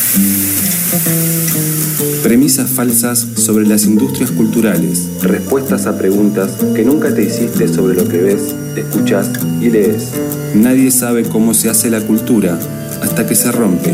Premisas falsas sobre las industrias culturales. Respuestas a preguntas que nunca te hiciste sobre lo que ves, escuchás y lees. Nadie sabe cómo se hace la cultura hasta que se rompe.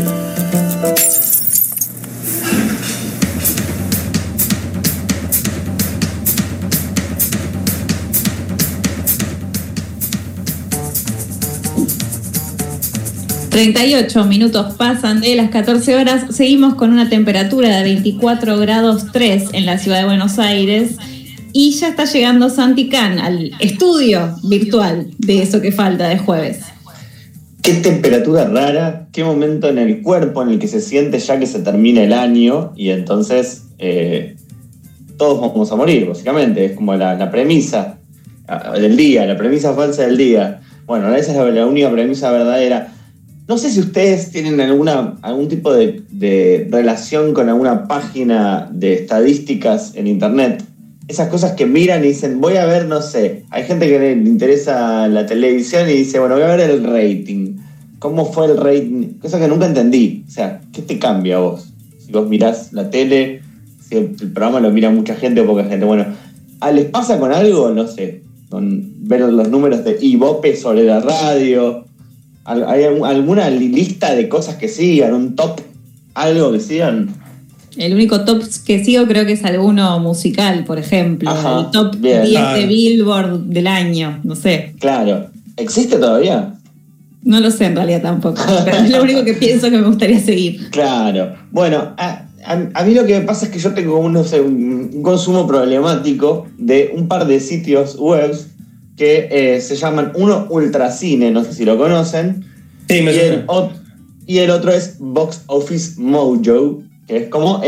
...38 pasan de las 14 horas... ...seguimos con una temperatura de 24 grados 3... ...en la ciudad de Buenos Aires... ...y ya está llegando Santi Can... ...al estudio virtual... ...de Eso que falta de jueves. Qué temperatura rara... ...qué momento en el cuerpo... ...en el que se siente ya que se termina el año... ...y entonces... todos vamos a morir, básicamente... ...es como la premisa... ...del día, la premisa falsa del día... ...bueno, esa es la única premisa verdadera... No sé si ustedes tienen algún tipo de relación con alguna página de estadísticas en internet. Esas cosas que miran y dicen, voy a ver, no sé. Hay gente que le interesa la televisión y dice, bueno, voy a ver el rating. ¿Cómo fue el rating? Cosa que nunca entendí. O sea, ¿qué te cambia a vos? Si vos mirás la tele, si el programa lo mira mucha gente o poca gente. Bueno, ¿les pasa con algo? No sé. Con ver los números de Ibope sobre la radio... ¿Hay alguna lista de cosas que sigan? ¿Un top? ¿Algo que sigan? El único top que sigo creo que es alguno musical, por ejemplo. Ajá, el top bien. 10 de Billboard del año, no sé. Claro. ¿Existe todavía? No lo sé en realidad tampoco, pero es lo único que pienso que me gustaría seguir. Claro. Bueno, a mí lo que me pasa es que yo tengo un consumo problemático de un par de sitios web que se llaman uno Ultracine, no sé si lo conocen. Sí, me suena. Y el otro es Box Office Mojo, que es como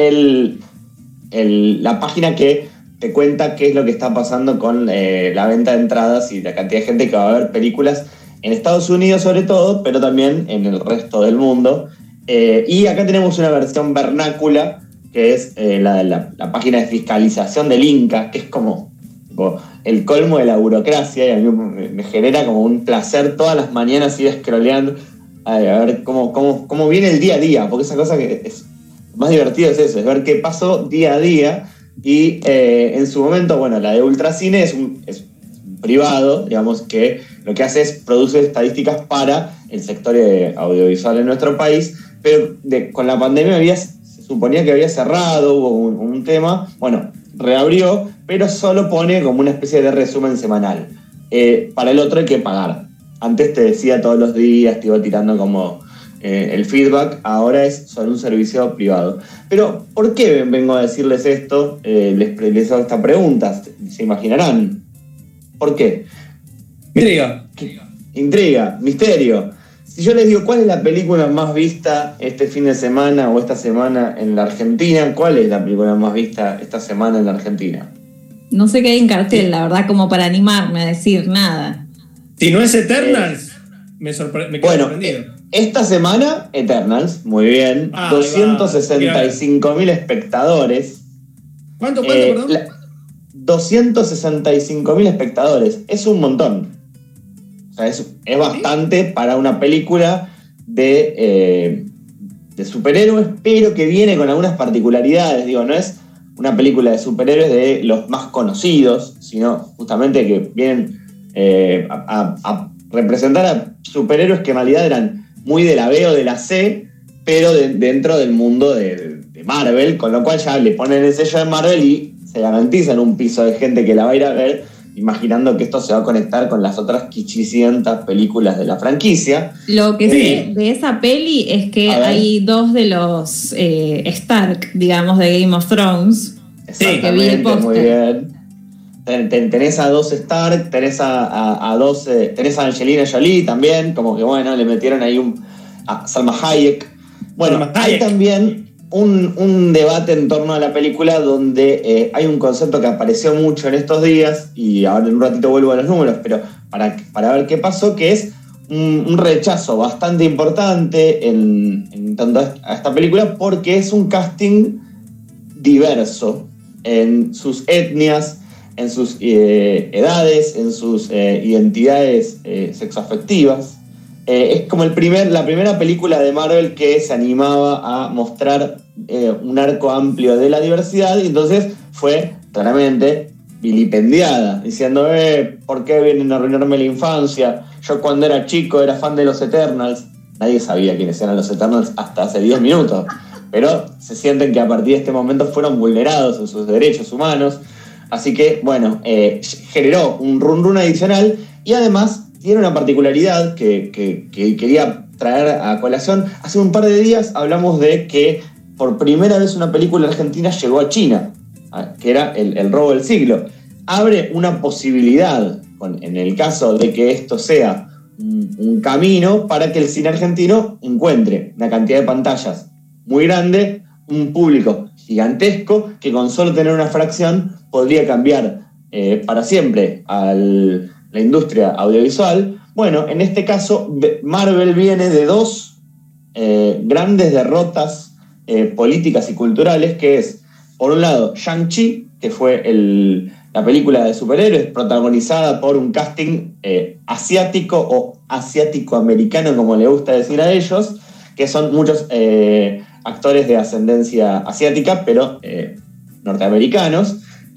la página que te cuenta qué es lo que está pasando con la venta de entradas y la cantidad de gente que va a ver películas en Estados Unidos sobre todo, pero también en el resto del mundo. Y acá tenemos una versión vernácula, que es la página de fiscalización del Inca, que es como el colmo de la burocracia, y a mí me genera como un placer todas las mañanas ir scrolleando a ver cómo viene el día a día, porque esa cosa que es más divertido es eso, es ver qué pasó día a día. Y en su momento, bueno, la de Ultracine es un privado, digamos, que lo que hace es produce estadísticas para el sector audiovisual en nuestro país, pero con la pandemia se suponía que había cerrado, hubo un tema, bueno, reabrió, pero solo pone como una especie de resumen semanal. Para el otro hay que pagar. Antes te decía todos los días, te iba tirando como el feedback, ahora es solo un servicio privado. Pero, ¿por qué vengo a decirles esto? Les hago esta pregunta, se imaginarán. ¿Por qué? Intriga, misterio. Si yo les digo, ¿cuál es la película más vista este fin de semana o esta semana en la Argentina? ¿Cuál es la película más vista esta semana en la Argentina? No sé qué hay en cartel, la verdad, como para animarme a decir nada. Si no es Eternals, me quedo sorprendido. Esta semana, Eternals, muy bien. 265.000 espectadores. ¿Cuánto, perdón? 265.000 espectadores. Es un montón. O sea, es bastante para una película de superhéroes, pero que viene con algunas particularidades. Digo, no es una película de superhéroes de los más conocidos, sino justamente que vienen a representar a superhéroes que en realidad eran muy de la B o de la C, pero dentro del mundo de Marvel, con lo cual ya le ponen el sello de Marvel y se garantizan un piso de gente que la va a ir a ver, imaginando que esto se va a conectar con las otras 500 películas de la franquicia. Lo que sé de esa peli es que hay dos de los Stark, digamos, de Game of Thrones. Exactamente, muy bien. Tenés a dos Stark, tenés a Angelina Jolie también, como que bueno, le metieron ahí a Salma Hayek. Bueno, hay también un debate en torno a la película donde hay un concepto que apareció mucho en estos días, y ahora en un ratito vuelvo a los números, pero para ver qué pasó, que es un rechazo bastante importante en tanto a esta película, porque es un casting diverso en sus etnias, en sus edades, en sus identidades sexoafectivas. es como la primera película de Marvel que se animaba a mostrar un arco amplio de la diversidad, y entonces fue claramente vilipendiada, diciendo, ¿por qué vienen a arruinarme la infancia? Yo cuando era chico era fan de los Eternals. Nadie sabía quiénes eran los Eternals hasta hace 10 minutos, pero se sienten que a partir de este momento fueron vulnerados en sus derechos humanos. Así que, bueno, generó un run adicional, y además tiene una particularidad que quería traer a colación. Hace un par de días hablamos de que por primera vez una película argentina llegó a China, que era el robo del siglo. Abre una posibilidad, en el caso de que esto sea un camino para que el cine argentino encuentre una cantidad de pantallas muy grande, un público gigantesco, que con solo tener una fracción podría cambiar para siempre la industria audiovisual. Bueno, en este caso Marvel viene de dos grandes derrotas políticas y culturales, que es, por un lado, Shang-Chi, que fue la película de superhéroes protagonizada por un casting asiático o asiático-americano, como le gusta decir a ellos, que son muchos actores de ascendencia asiática, pero norteamericanos,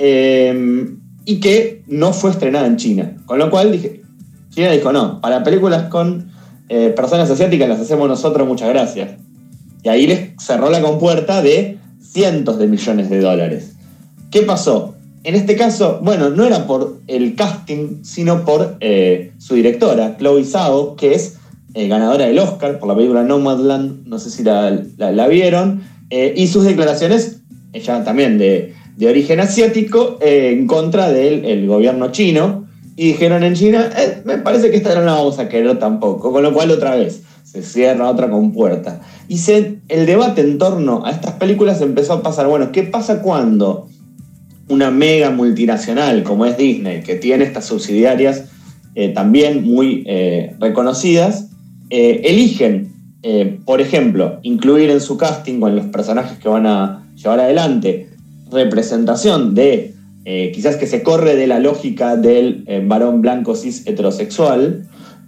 y que no fue estrenada en China. Con lo cual China dijo, no, para películas con personas asiáticas las hacemos nosotros, muchas gracias. Y ahí les cerró la compuerta de cientos de millones de dólares. ¿Qué pasó? En este caso, bueno, no era por el casting, sino por su directora, Chloe Zhao, que es ganadora del Oscar por la película Nomadland, no sé si la vieron, y sus declaraciones, ella también de origen asiático, en contra del gobierno chino, y dijeron en China, me parece que esta no la vamos a querer tampoco, con lo cual otra vez se cierra otra compuerta. Y el debate en torno a estas películas empezó a pasar, bueno, ¿qué pasa cuando una mega multinacional como es Disney, que tiene estas subsidiarias también muy reconocidas, eligen, por ejemplo, incluir en su casting con los personajes que van a llevar adelante representación de, quizás que se corre de la lógica del varón blanco cis heterosexual,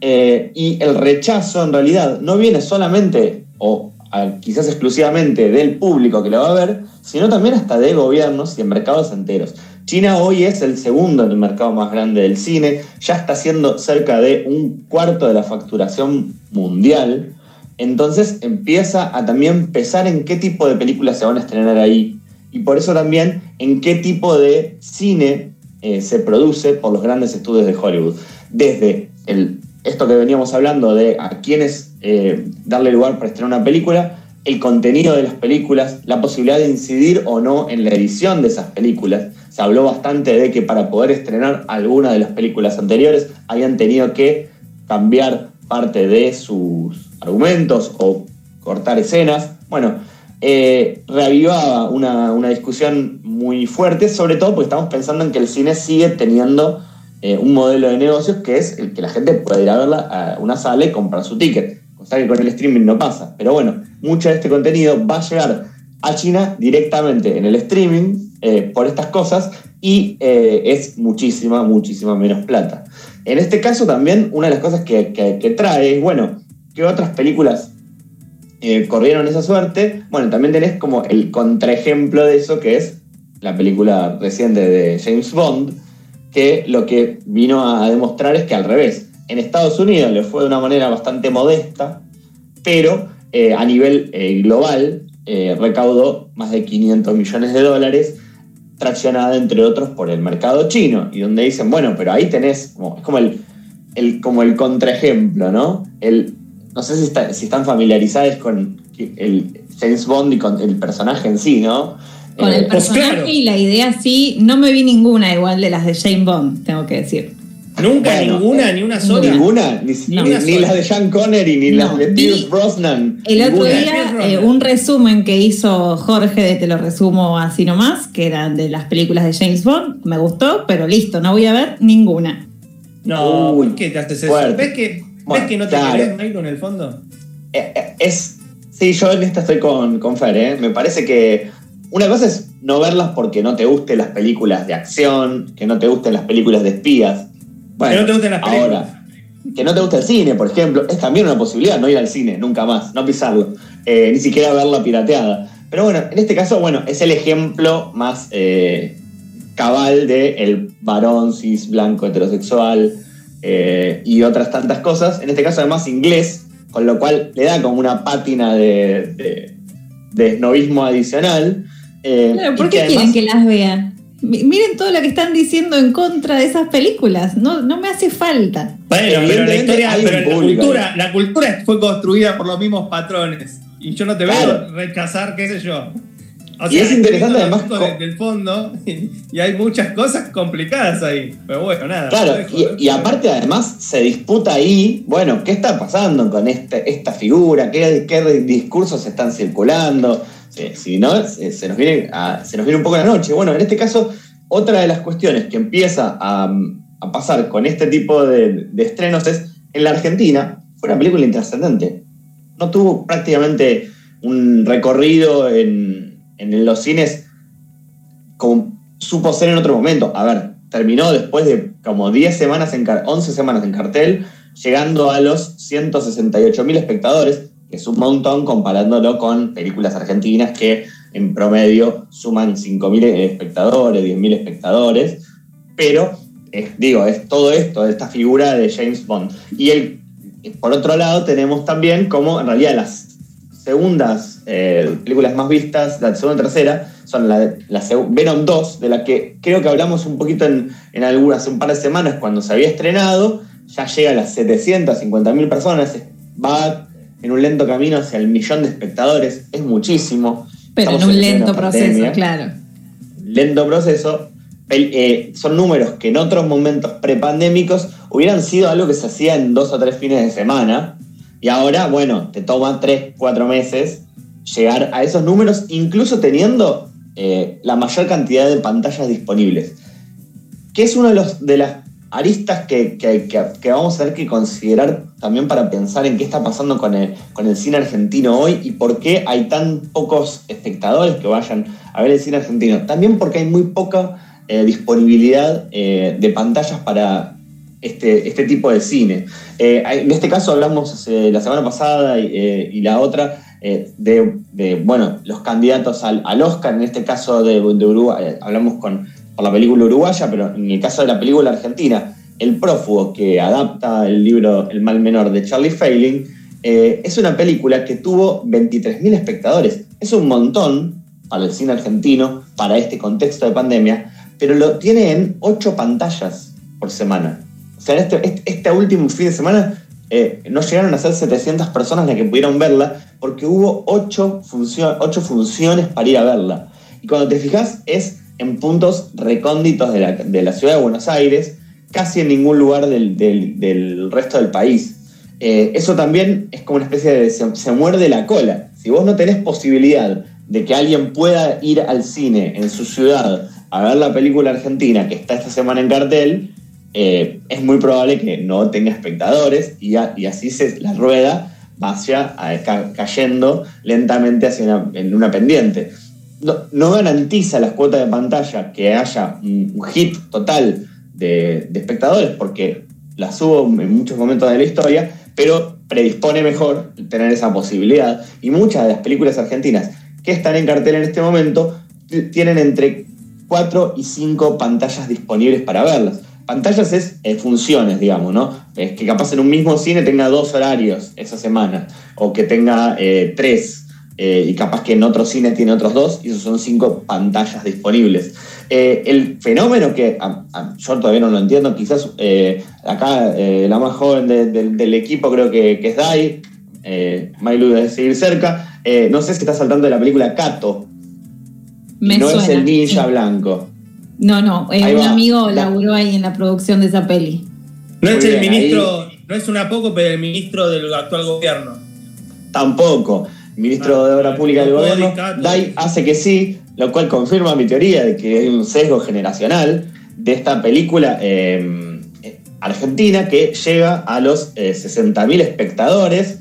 y el rechazo en realidad no viene solamente o quizás exclusivamente del público que lo va a ver, sino también hasta de gobiernos y de mercados enteros. China hoy es el segundo en el mercado más grande del cine, ya está haciendo cerca de 1/4 de la facturación mundial, entonces empieza a también pesar en qué tipo de películas se van a estrenar ahí, y por eso también en qué tipo de cine se produce por los grandes estudios de Hollywood. Desde esto que veníamos hablando de a quiénes darle lugar para estrenar una película, el contenido de las películas, la posibilidad de incidir o no en la edición de esas películas. Se habló bastante de que para poder estrenar alguna de las películas anteriores habían tenido que cambiar parte de sus argumentos o cortar escenas. Bueno, reavivaba una discusión muy fuerte, sobre todo porque estamos pensando en que el cine sigue teniendo un modelo de negocios que es el que la gente puede ir a verla a una sala y comprar su ticket, cosa que con el streaming no pasa. Pero bueno, mucho de este contenido va a llegar a China directamente en el streaming por estas cosas, y es muchísima menos plata. En este caso también una de las cosas que trae es, bueno, ¿qué otras películas corrieron esa suerte? Bueno, también tenés como el contraejemplo de eso, que es la película reciente de James Bond, que lo que vino a demostrar es que al revés, en Estados Unidos le fue de una manera bastante modesta, pero a nivel global recaudó más de 500 millones de dólares, traccionada entre otros por el mercado chino, y donde dicen, bueno, pero ahí tenés, es como el contraejemplo, ¿no? No sé si están familiarizados con el James Bond y con el personaje en sí, ¿no? Con el personaje, pues claro. Y la idea sí, no me vi ninguna igual de las de James Bond, tengo que decir. Nunca, bueno, ninguna, ni una sola. Ninguna, ni las de Sean Connery, ni las de Pierce Brosnan. El otro día, un resumen que hizo Jorge, de Te lo resumo así nomás, que eran de las películas de James Bond, me gustó, pero listo, no voy a ver ninguna. No, ¿por qué te haces eso? ¿Ves que no te querés, Michael, en el fondo? Sí, yo en esta estoy con Fer, Me parece que una cosa es no verlas porque no te gusten las películas de acción, que no te gusten las películas de espías. Bueno, que no te gusten las películas. Ahora, que no te gusta el cine, por ejemplo, es también una posibilidad, no ir al cine, nunca más, no pisarlo, ni siquiera verla pirateada. Pero bueno, en este caso, bueno, es el ejemplo más cabal de el varón cis, blanco, heterosexual y otras tantas cosas. En este caso, además, inglés, con lo cual le da como una pátina de esnovismo adicional. Claro, ¿por qué además quieren que las vean? Miren todo lo que están diciendo en contra de esas películas. No me hace falta. Bueno, pero la historia, pero la cultura fue construida por los mismos patrones. Y yo no te veo rechazar, qué sé yo. O sea, y es interesante además del fondo y hay muchas cosas complicadas ahí. Pero bueno, nada. Claro, y aparte además se disputa ahí, bueno, ¿qué está pasando con esta figura? ¿Qué discursos están circulando? Si no, se nos viene un poco la noche. Bueno, en este caso, otra de las cuestiones que empieza a pasar con este tipo de estrenos es, en la Argentina, fue una película intrascendente. No tuvo prácticamente un recorrido en los cines como supo ser en otro momento. A ver, terminó después de como 11 semanas en cartel, llegando a los 168.000 espectadores, que es un montón comparándolo con películas argentinas que en promedio suman 5.000 espectadores, 10.000 espectadores, pero es todo esto, esta figura de James Bond. Y por otro lado tenemos también como en realidad las segundas películas más vistas, la segunda y tercera, son la Venom 2, de la que creo que hablamos un poquito hace un par de semanas cuando se había estrenado, ya llega a las 750.000 personas, va en un lento camino hacia el 1.000.000 de espectadores, es muchísimo. Pero en un lento proceso, claro. Lento proceso. Son números que en otros momentos prepandémicos hubieran sido algo que se hacía en 2 o 3 fines de semana, y ahora, bueno, te toma 3-4 meses llegar a esos números, incluso teniendo la mayor cantidad de pantallas disponibles, que es uno de las aristas que vamos a tener que considerar también para pensar en qué está pasando con el cine argentino hoy y por qué hay tan pocos espectadores que vayan a ver el cine argentino. También porque hay muy poca disponibilidad de pantallas para este tipo de cine. En este caso hablamos la semana pasada y la otra de los candidatos al Oscar, en este caso de Uruguay, hablamos por la película uruguaya, pero en el caso de la película argentina, El prófugo, que adapta el libro El mal menor de Charlie Failing, es una película que tuvo 23.000 espectadores. Es un montón para el cine argentino, para este contexto de pandemia, pero lo tiene en 8 pantallas por semana. O sea, este último fin de semana no llegaron a ser 700 personas las que pudieron verla, porque hubo 8 funciones para ir a verla. Y cuando te fijas, es en puntos recónditos de la ciudad de Buenos Aires, casi en ningún lugar del resto del país. Eso también es como una especie de se muerde la cola. Si vos no tenés posibilidad de que alguien pueda ir al cine en su ciudad a ver la película argentina que está esta semana en cartel, es muy probable que no tenga espectadores y así la rueda vaya cayendo lentamente en una pendiente. No garantiza las cuotas de pantalla que haya un hit total de espectadores, porque las hubo en muchos momentos de la historia, pero predispone mejor tener esa posibilidad. Y muchas de las películas argentinas que están en cartel en este momento tienen entre 4 y 5 pantallas disponibles para verlas. Pantallas es funciones, digamos, ¿no? Es que capaz en un mismo cine tenga 2 horarios esa semana, o que tenga 3, y capaz que en otro cine tiene otros 2, y esos son 5 pantallas disponibles. El fenómeno que yo todavía no lo entiendo, quizás acá la más joven del equipo creo que es Dai, Mailu debe seguir cerca, no sé si está saltando de la película Kato. Me no suena, es el ninja sí. Blanco. No, un amigo laburó ahí en la producción de esa peli. No es el ministro, no es un apócope del ministro del actual gobierno. Tampoco. Ministro de Obra Pública del gobierno. Dai hace que sí, lo cual confirma mi teoría de que hay un sesgo generacional de esta película argentina que llega a los 60.000 espectadores,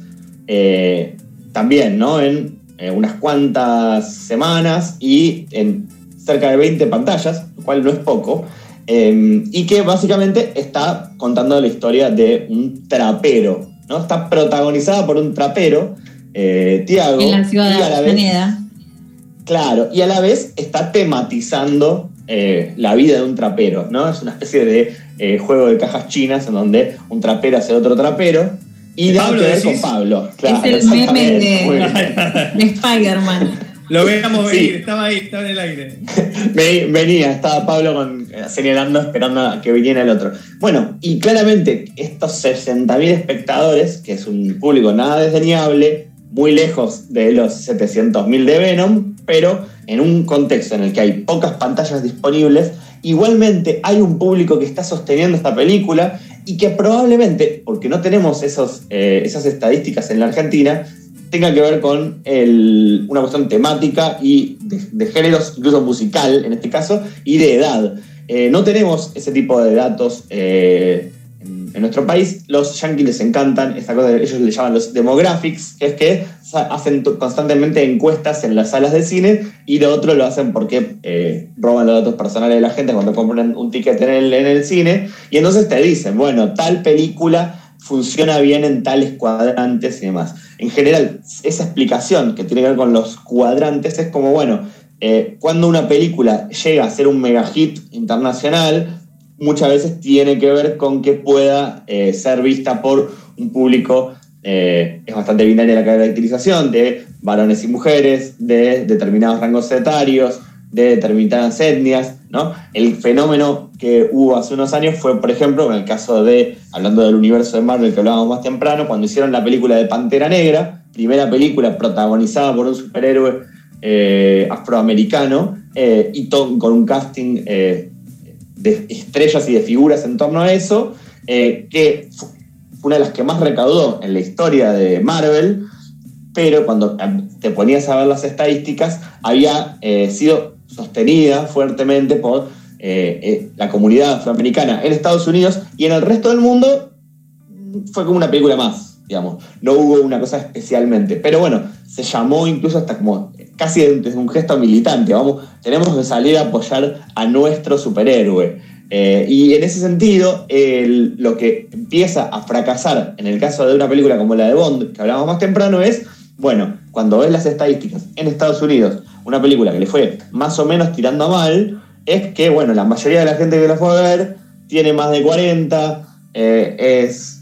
también, ¿no? En unas cuantas semanas y en cerca de 20 pantallas, lo cual no es poco. y que básicamente está contando la historia de un trapero, ¿no? Está protagonizada por un trapero, Tiago. En la ciudad de Avellaneda. Claro, y a la vez está tematizando la vida de un trapero, ¿no? Es una especie de juego de cajas chinas en donde un trapero hace otro trapero. Y de que ver con Pablo. Claro, es el meme de Spider-Man. Lo veíamos venir, estaba ahí, estaba en el aire. Venía, estaba Pablo señalando, esperando a que viniera el otro. Bueno, y claramente estos 60.000 espectadores, que es un público nada desdeñable, muy lejos de los 700.000 de Venom, pero en un contexto en el que hay pocas pantallas disponibles, igualmente hay un público que está sosteniendo esta película y que probablemente, porque no tenemos esas estadísticas en la Argentina, tenga que ver con una cuestión temática y de géneros, incluso musical en este caso, y de edad. No tenemos ese tipo de datos en nuestro país. Los yankees les encantan esta cosa, ellos le llaman los demographics, que es que hacen constantemente encuestas en las salas de cine, y lo otro lo hacen porque roban los datos personales de la gente cuando compran un ticket en el cine, y entonces te dicen, bueno, tal película funciona bien en tales cuadrantes y demás. En general, esa explicación que tiene que ver con los cuadrantes es como, bueno, cuando una película llega a ser un mega hit internacional, muchas veces tiene que ver con que pueda ser vista por un público, es bastante binaria la caracterización, de varones y mujeres, de determinados rangos etarios, de determinadas etnias, ¿no? El fenómeno que hubo hace unos años fue, por ejemplo, en el caso de, hablando del universo de Marvel que hablábamos más temprano, cuando hicieron la película de Pantera Negra, primera película protagonizada por un superhéroe afroamericano, y con un casting de estrellas y de figuras en torno a eso, que fue una de las que más recaudó en la historia de Marvel, pero cuando te ponías a ver las estadísticas, había sido sostenida fuertemente por la comunidad afroamericana en Estados Unidos, y en el resto del mundo fue como una película más, digamos. No hubo una cosa especialmente, pero bueno, se llamó incluso hasta como casi desde un gesto militante, tenemos que salir a apoyar a nuestro superhéroe. Y en ese sentido, lo que empieza a fracasar en el caso de una película como la de Bond, que hablábamos más temprano, es, bueno, cuando ves las estadísticas en Estados Unidos, una película que le fue más o menos tirando a mal, es que, bueno, la mayoría de la gente que la fue a ver tiene más de 40, es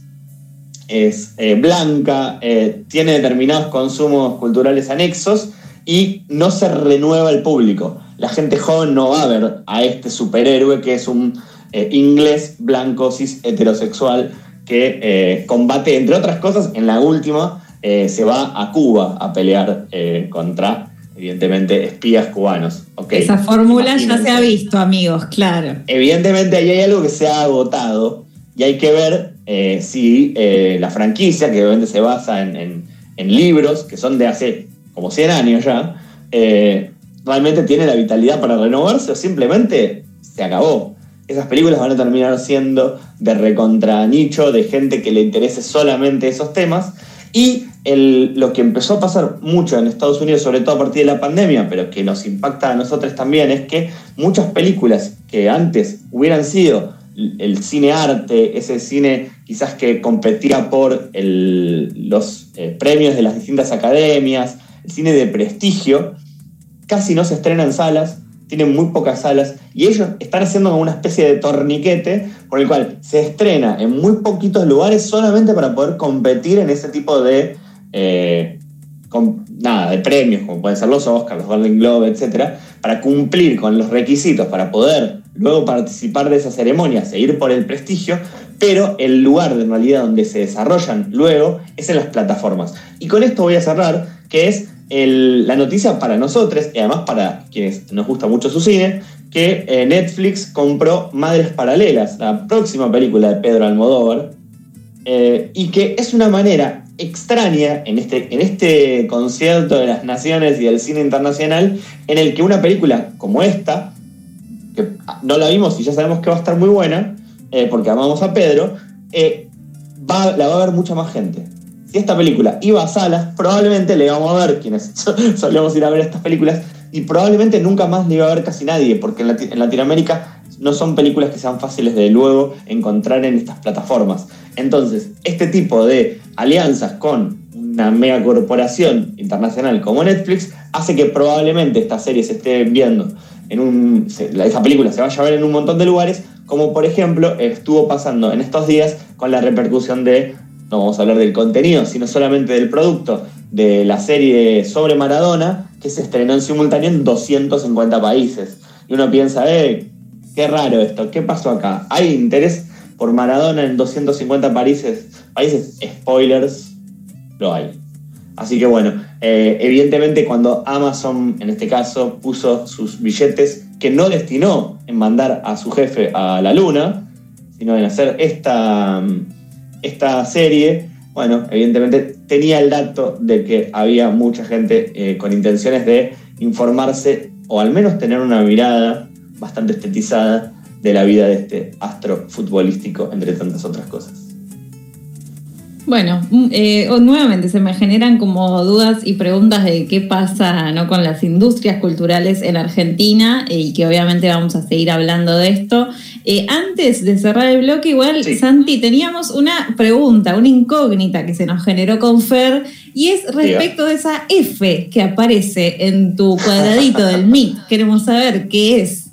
blanca, tiene determinados consumos culturales anexos y no se renueva el público. La gente joven no va a ver a este superhéroe que es un inglés blanco cis heterosexual que combate, entre otras cosas, en la última se va a Cuba a pelear contra, evidentemente, espías cubanos. Okay. Esa fórmula ya se ha visto, amigos, claro. Evidentemente ahí hay algo que se ha agotado y hay que ver si la franquicia, que obviamente se basa en libros que son de hace como 100 años ya, realmente tiene la vitalidad para renovarse o simplemente se acabó. Esas películas van a terminar siendo de recontra nicho, de gente que le interese solamente esos temas. Y lo que empezó a pasar mucho en Estados Unidos, sobre todo a partir de la pandemia, pero que nos impacta a nosotros también, es que muchas películas que antes hubieran sido el cine arte, ese cine quizás que competía por los premios de las distintas academias, el cine de prestigio, casi no se estrena en salas, tienen muy pocas salas, y ellos están haciendo como una especie de torniquete por el cual se estrena en muy poquitos lugares solamente para poder competir en ese tipo de de premios, como pueden ser los Oscars, los Golden Globe, etc., para cumplir con los requisitos para poder luego participar de esas ceremonias e ir por el prestigio, pero el lugar de realidad donde se desarrollan luego es en las plataformas. Y con esto voy a cerrar, que es la noticia para nosotros, y además para quienes nos gusta mucho su cine, que Netflix compró Madres Paralelas, la próxima película de Pedro Almodóvar, y que es una manera extraña en este concierto de las naciones y del cine internacional, en el que una película como esta, que no la vimos y ya sabemos que va a estar muy buena, porque amamos a Pedro, la va a ver mucha más gente. Si esta película iba a salas, probablemente le íbamos a ver quienes solemos ir a ver estas películas, y probablemente nunca más le iba a ver casi nadie, porque en Latinoamérica no son películas que sean fáciles de luego encontrar en estas plataformas. Entonces, este tipo de alianzas con una megacorporación internacional como Netflix hace que probablemente esta serie se esté viendo esta película se vaya a ver en un montón de lugares, como por ejemplo estuvo pasando en estos días con la repercusión no vamos a hablar del contenido, sino solamente del producto de la serie sobre Maradona, que se estrenó en simultáneo en 250 países. Y uno piensa, qué raro esto, ¿qué pasó acá? ¿Hay interés por Maradona en 250 países? Spoilers, lo hay. Así que bueno, evidentemente cuando Amazon, en este caso, puso sus billetes, que no destinó en mandar a su jefe a la luna, sino en hacer esta serie, bueno, evidentemente tenía el dato de que había mucha gente con intenciones de informarse o al menos tener una mirada bastante estetizada de la vida de este astro futbolístico, entre tantas otras cosas. Bueno, nuevamente se me generan como dudas y preguntas de qué pasa, ¿no?, con las industrias culturales en Argentina, y que obviamente vamos a seguir hablando de esto. Antes de cerrar el bloque, igual, sí. Santi, teníamos una pregunta, una incógnita que se nos generó con Fer, y es respecto de esa F que aparece en tu cuadradito del Meet. Queremos saber qué es.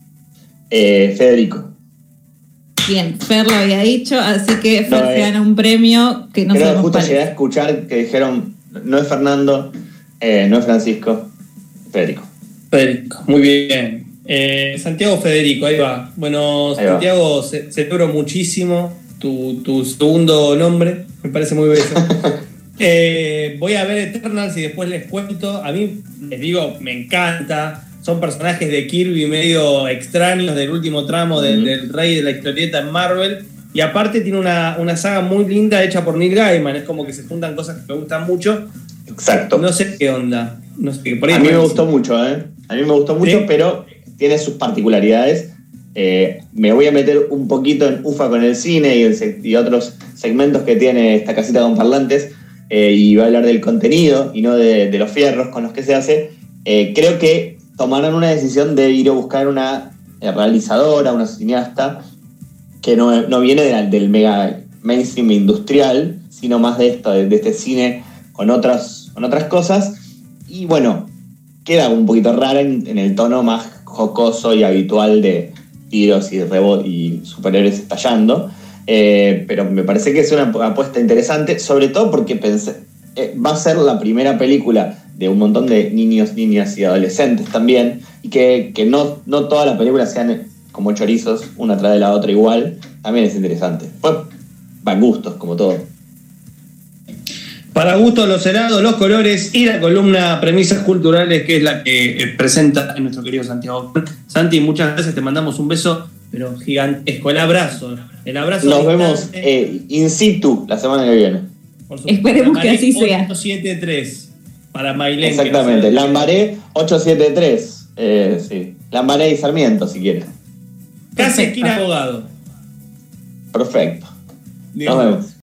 Federico. Bien, Fer lo había dicho, así que Fer se gana un premio que no sabemos justo cuál. Llegué a escuchar que dijeron, no es Fernando, no es Francisco, Federico. Federico, muy bien. Santiago Federico, ahí va. Bueno, ahí Santiago, va. Celebro muchísimo tu segundo nombre, me parece muy bello. Voy a ver Eternals y después les cuento. A mí, les digo, me encanta. Son personajes de Kirby medio extraños del último tramo del rey de la historieta en Marvel. Y aparte tiene una saga muy linda hecha por Neil Gaiman. Es como que se juntan cosas que me gustan mucho. Exacto. No sé qué onda. No sé, por ahí a mí me gustó mucho, A mí me gustó mucho, ¿sí? Pero tiene sus particularidades. Me voy a meter un poquito en ufa con el cine y otros segmentos que tiene esta casita con parlantes. Y voy a hablar del contenido y no de los fierros con los que se hace. Creo que tomaron una decisión de ir a buscar una realizadora, una cineasta, que no viene del mega mainstream industrial, sino más de esto, de este cine con otras cosas. Y bueno, queda un poquito rara en el tono más jocoso y habitual de tiros y superhéroes estallando. Pero me parece que es una apuesta interesante, sobre todo porque va a ser la primera película de un montón de niños, niñas y adolescentes también, y que no todas las películas sean como chorizos, una tras de la otra igual, también es interesante. Pues van gustos, como todo. Para gustos los helados, los colores y la columna Premisas Culturales, que es la que presenta nuestro querido Santiago. Santi, muchas gracias, te mandamos un beso, pero gigantesco, el abrazo. Nos vemos in situ la semana que viene. Esperemos que así sea. 873 para Mailén. Exactamente, Lambaré 873. Sí. Lambaré y Sarmiento, si quieres. Casi esquina Abogado. Perfecto. Nos vemos.